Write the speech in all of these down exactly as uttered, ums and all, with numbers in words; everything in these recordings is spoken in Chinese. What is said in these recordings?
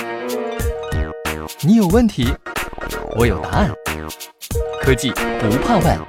你有问题，我有答案。科技不怕问。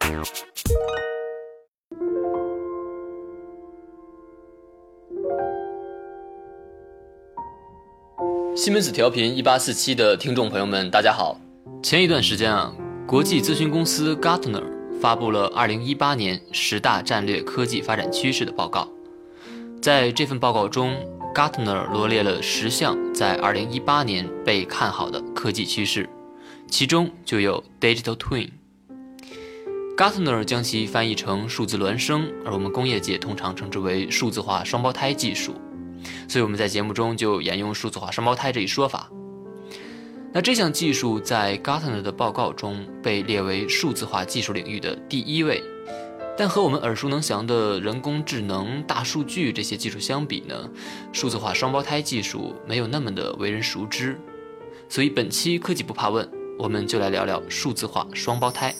西门子调频一八四七的听众朋友们，大家好。前一段时间啊，国际咨询公司 Gartner 发布了二零一八年十大战略科技发展趋势的报告。在这份报告中， Gartner 罗列了十项在二零一八年被看好的科技趋势，其中就有 Digital Twin。Gartner 将其翻译成数字孪生，而我们工业界通常称之为数字化双胞胎技术，所以我们在节目中就沿用数字化双胞胎这一说法。那这项技术在 Gartner 的报告中被列为数字化技术领域的第一位，但和我们耳熟能详的人工智能、大数据这些技术相比呢，数字化双胞胎技术没有那么的为人熟知。所以本期科技不怕问，我们就来聊聊数字化双胞胎。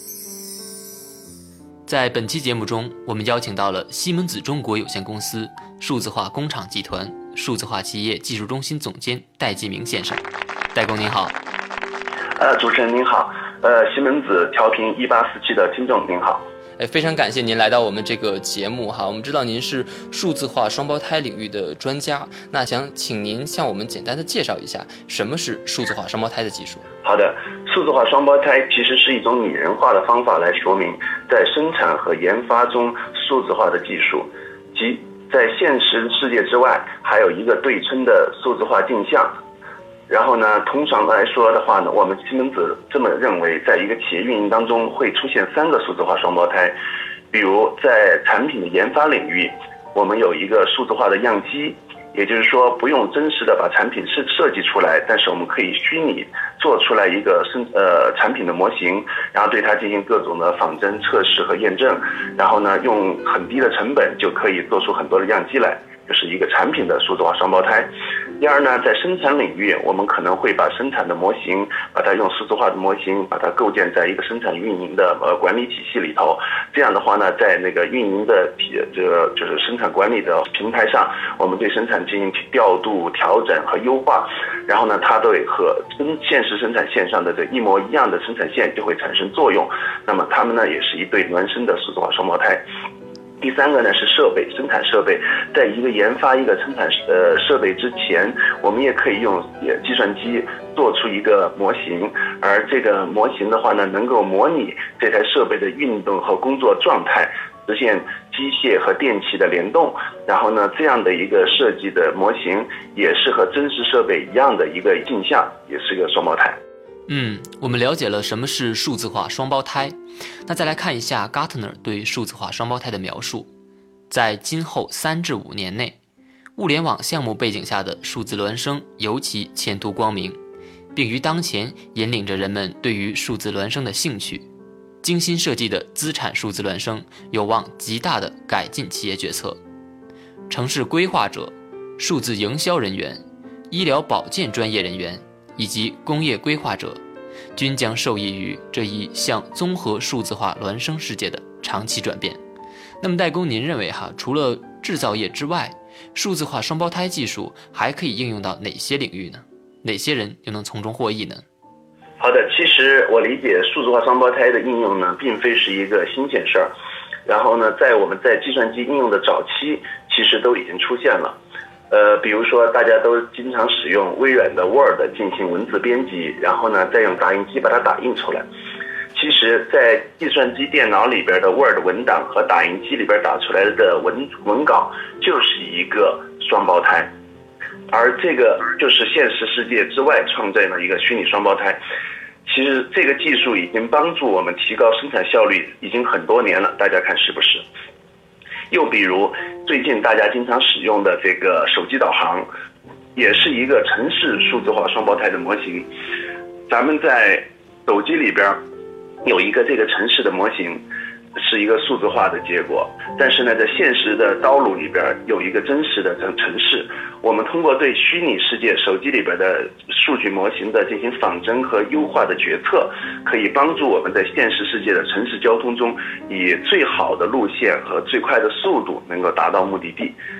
在本期节目中，我们邀请到了西门子中国有限公司数字化工厂集团数字化企业技术中心总监戴继明先生。戴工您好。 呃，主持人您好，呃，西门子调频一八四七的听众您好。 哎，非常感谢您来到我们这个节目哈。我们知道您是数字化双胞胎领域的专家，那想请您向我们简单的介绍一下什么是数字化双胞胎的技术。 好的，数字化双胞胎其实是一种拟人化的方法来说明在生产和研发中数字化的技术，即在现实世界之外还有一个对称的数字化镜像。然后呢，通常来说的话呢，我们西门子这么认为，在一个企业运营当中会出现三个数字化双胞胎。比如在产品的研发领域，我们有一个数字化的样机，也就是说不用真实的把产品设设计出来，但是我们可以虚拟做出来一个生呃产品的模型，然后对它进行各种的仿真测试和验证，然后呢用很低的成本就可以做出很多的样机来，就是一个产品的数字化双胞胎。第二呢，在生产领域，我们可能会把生产的模型，把它用数字化的模型，把它构建在一个生产运营的呃管理体系里头。这样的话呢，在那个运营的体这个就是生产管理的平台上，我们对生产进行调度、调整和优化。然后呢，它对和跟现实生产线上的这一模一样的生产线就会产生作用。那么它们呢，也是一对孪生的数字化双胞胎。第三个呢是设备，生产设备，在一个研发一个生产呃设备之前，我们也可以用计算机做出一个模型，而这个模型的话呢，能够模拟这台设备的运动和工作状态，实现机械和电气的联动。然后呢，这样的一个设计的模型也是和真实设备一样的一个镜像，也是一个双胞胎。 嗯，我们了解了什么是数字化双胞胎。那再来看一下 Gartner 对数字化双胞胎的描述。在今后三至五年内，物联网项目背景下的数字孪生尤其前途光明，并于当前引领着人们对于数字孪生的兴趣。精心设计的资产数字孪生有望极大地改进企业决策。城市规划者、数字营销人员、医疗保健专业人员以及工业规划者均将受益于这一向综合数字化孪生世界的长期转变。那么戴工，您认为哈，除了制造业之外，数字化双胞胎技术还可以应用到哪些领域呢？哪些人又能从中获益呢？ 好的，其实我理解数字化双胞胎的应用呢，并非是一个新鲜事儿。然后呢，在我们在计算机应用的早期，其实都已经出现了。呃，比如说大家都经常使用微软的 Word 进行文字编辑，然后呢再用打印机把它打印出来。其实在计算机电脑里边的 Word 文档和打印机里边打出来的文文稿就是一个双胞胎，而这个就是现实世界之外创建了一个虚拟双胞胎。其实这个技术已经帮助我们提高生产效率已经很多年了，大家看是不是？又比如最近大家经常使用的这个手机导航，也是一个城市数字化双胞胎的模型。咱们在手机里边有一个这个城市的模型，是一个数字化的结果，但是呢，在现实的道路里边有一个真实的城市。我们通过对虚拟世界手机里边的数据模型的进行仿真和优化的决策，可以帮助我们在现实世界的城市交通中，以最好的路线和最快的速度能够达到目的地。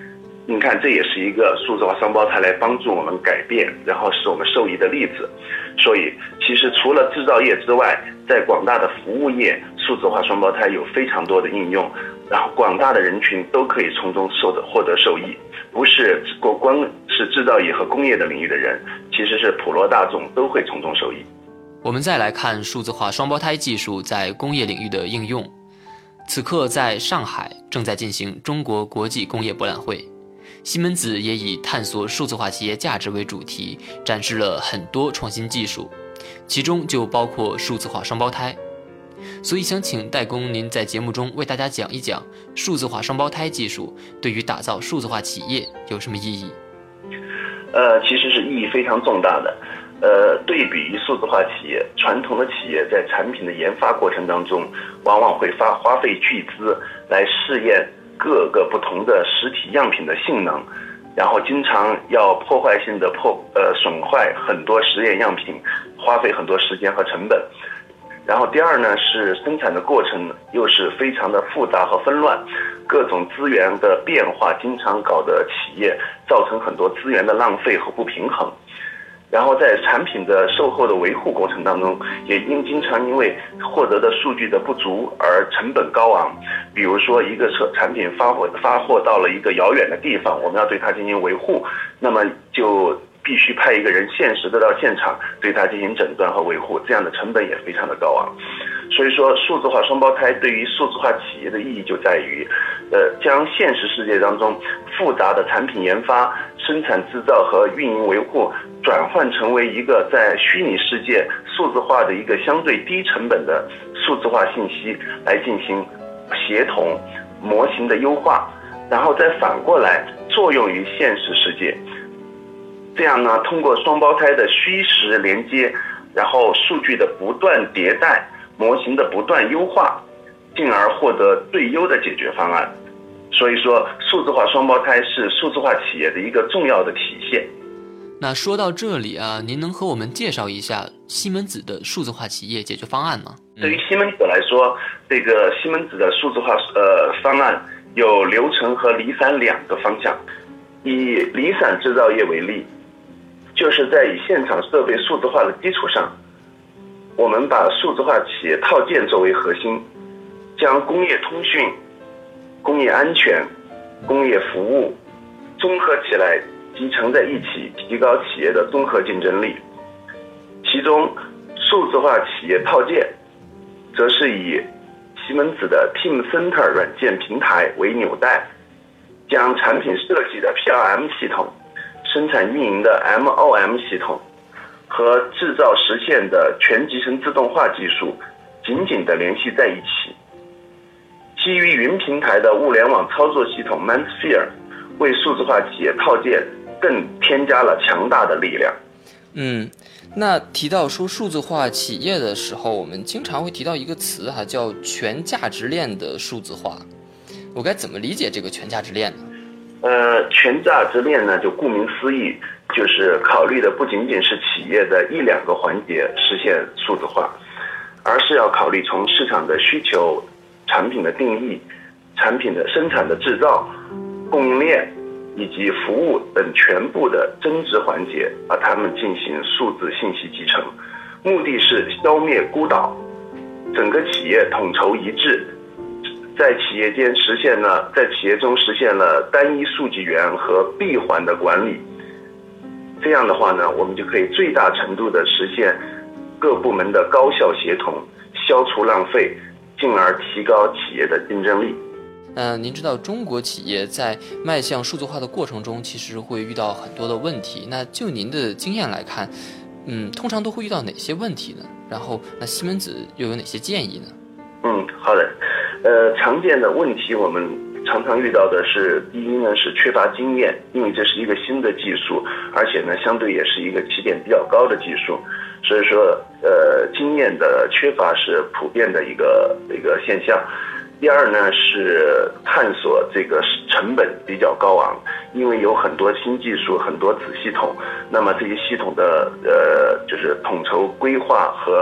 你看，这也是一个数字化双胞胎来帮助我们改变，然后使我们受益的例子。所以，其实除了制造业之外，在广大的服务业，数字化双胞胎有非常多的应用，然后广大的人群都可以从中受的获得受益。不是光是制造业和工业的领域的人，其实是普罗大众都会从中受益。 我们再来看数字化双胞胎技术在工业领域的应用。此刻在上海正在进行中国国际工业博览会。西门子也以探索数字化企业价值为主题，展示了很多创新技术，其中就包括数字化双胞胎。所以想请代工您在节目中为大家讲一讲数字化双胞胎技术对于打造数字化企业有什么意义？ 呃，其实是意义非常重大的。呃，对比于数字化企业，传统的企业在产品的研发过程当中，往往会发花费巨资来试验各个不同的实体样品的性能，然后经常要破坏性的破呃损坏很多实验样品，花费很多时间和成本。然后第二呢，是生产的过程又是非常的复杂和纷乱，各种资源的变化经常搞得企业造成很多资源的浪费和不平衡。然后在产品的售后的维护过程当中，也因经常因为获得的数据的不足而成本高昂。比如说一个车产品发货发货到了一个遥远的地方，我们要对它进行维护，那么就必须派一个人限时的到现场对它进行诊断和维护，这样的成本也非常的高昂。所以说数字化双胞胎对于数字化企业的意义就在于呃，将现实世界当中复杂的产品研发、生产制造和运营维护转换成为一个在虚拟世界数字化的一个相对低成本的数字化信息来进行协同模型的优化，然后再反过来作用于现实世界。这样呢，通过双胞胎的虚实连接，然后数据的不断迭代，模型的不断优化，进而获得最优的解决方案。所以说，数字化双胞胎是数字化企业的一个重要的体现。 那说到这里啊，您能和我们介绍一下西门子的数字化企业解决方案吗？ 对于西门子来说，这个西门子的数字化呃方案有流程和离散两个方向。以离散制造业为例，就是在以现场设备数字化的基础上，我们把数字化企业套件作为核心，将工业通讯、工业安全、工业服务综合起来集成在一起，提高企业的综合竞争力。其中数字化企业套件则是以西门子的 Team Center 软件平台为纽带，将产品设计的 P R M 系统、生产运营的 M O M 系统和制造实现的全集成自动化技术紧紧地联系在一起。基于云平台的物联网操作系统 ManSphere 为数字化企业套件更添加了强大的力量。 嗯，那提到说数字化企业的时候，我们经常会提到一个词哈、啊，叫全价值链的数字化。我该怎么理解这个全价值链呢？ 呃，全价值链呢，就顾名思义，就是考虑的不仅仅是企业的一两个环节实现数字化，而是要考虑从市场的需求、产品的定义、产品的生产的制造、供应链以及服务等全部的增值环节，把它们进行数字信息集成，目的是消灭孤岛，整个企业统筹一致，在企业间实现了，在企业中实现了单一数据源和闭环的管理。这样的话呢，我们就可以最大程度的实现各部门的高效协同，消除浪费，进而提高企业的竞争力。 呃，您知道中国企业在迈向数字化的过程中，其实会遇到很多的问题。那就您的经验来看，嗯，通常都会遇到哪些问题呢？然后，那西门子又有哪些建议呢？ 嗯，好的。呃，常见的问题我们常常遇到的是，第一呢是缺乏经验，因为这是一个新的技术，而且呢相对也是一个起点比较高的技术，所以说呃经验的缺乏是普遍的一个一个现象。第二呢是探索这个成本比较高昂，因为有很多新技术，很多子系统，那么这些系统的呃就是统筹规划和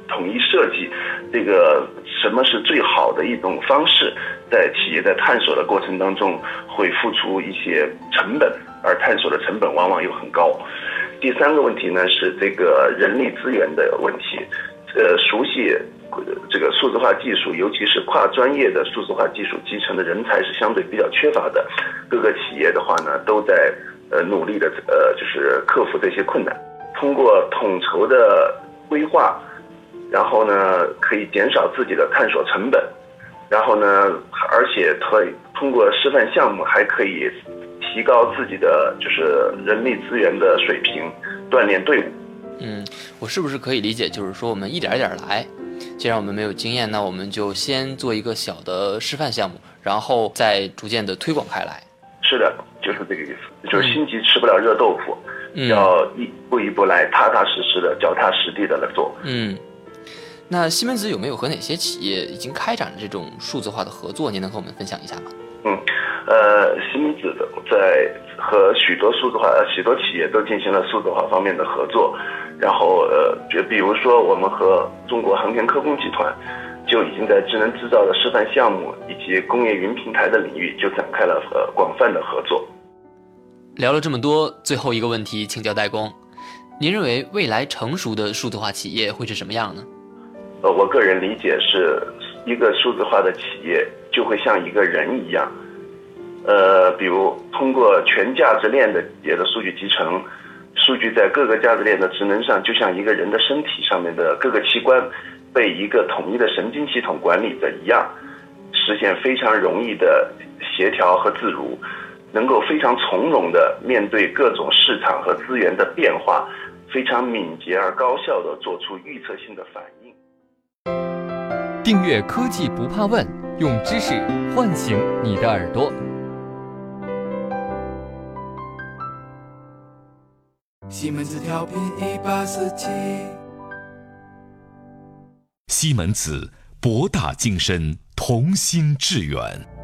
统一设计这个什么是最好的一种方式，在企业在探索的过程当中会付出一些成本，而探索的成本往往又很高。第三个问题呢是这个人力资源的问题，呃，熟悉这个数字化技术，尤其是跨专业的数字化技术集成的人才是相对比较缺乏的。各个企业的话呢，都在呃努力的呃就是克服这些困难，通过统筹的规划，然后呢可以减少自己的探索成本，然后呢而且通通过示范项目还可以提高自己的就是人力资源的水平，锻炼队伍。 嗯，我是不是可以理解，就是说我们一点一点来，既然我们没有经验，那我们就先做一个小的示范项目，然后再逐渐的推广开来。 是的，就是这个意思，就是心急吃不了热豆腐，嗯、要一步一步来，踏踏实实的、脚踏实地的来做。 嗯，那西门子有没有和哪些企业已经开展了这种数字化的合作？您能和我们分享一下吗？ 嗯，呃，西门子在和许多数字化、许多企业都进行了数字化方面的合作。然后呃，就比如说我们和中国航天科工集团就已经在智能制造的示范项目以及工业云平台的领域就展开了呃广泛的合作。 聊了这么多，最后一个问题请教代工，您认为未来成熟的数字化企业会是什么样呢？ 呃，我个人理解是一个数字化的企业就会像一个人一样，呃，比如通过全价值链的企业的数据集成。数据在各个价值链的职能上，就像一个人的身体上面的各个器官被一个统一的神经系统管理的一样，实现非常容易的协调和自如，能够非常从容的面对各种市场和资源的变化，非常敏捷而高效的做出预测性的反应。 订阅科技不怕问，用知识唤醒你的耳朵。 西门子调频一八四七， 西门子博大精深，同心致远。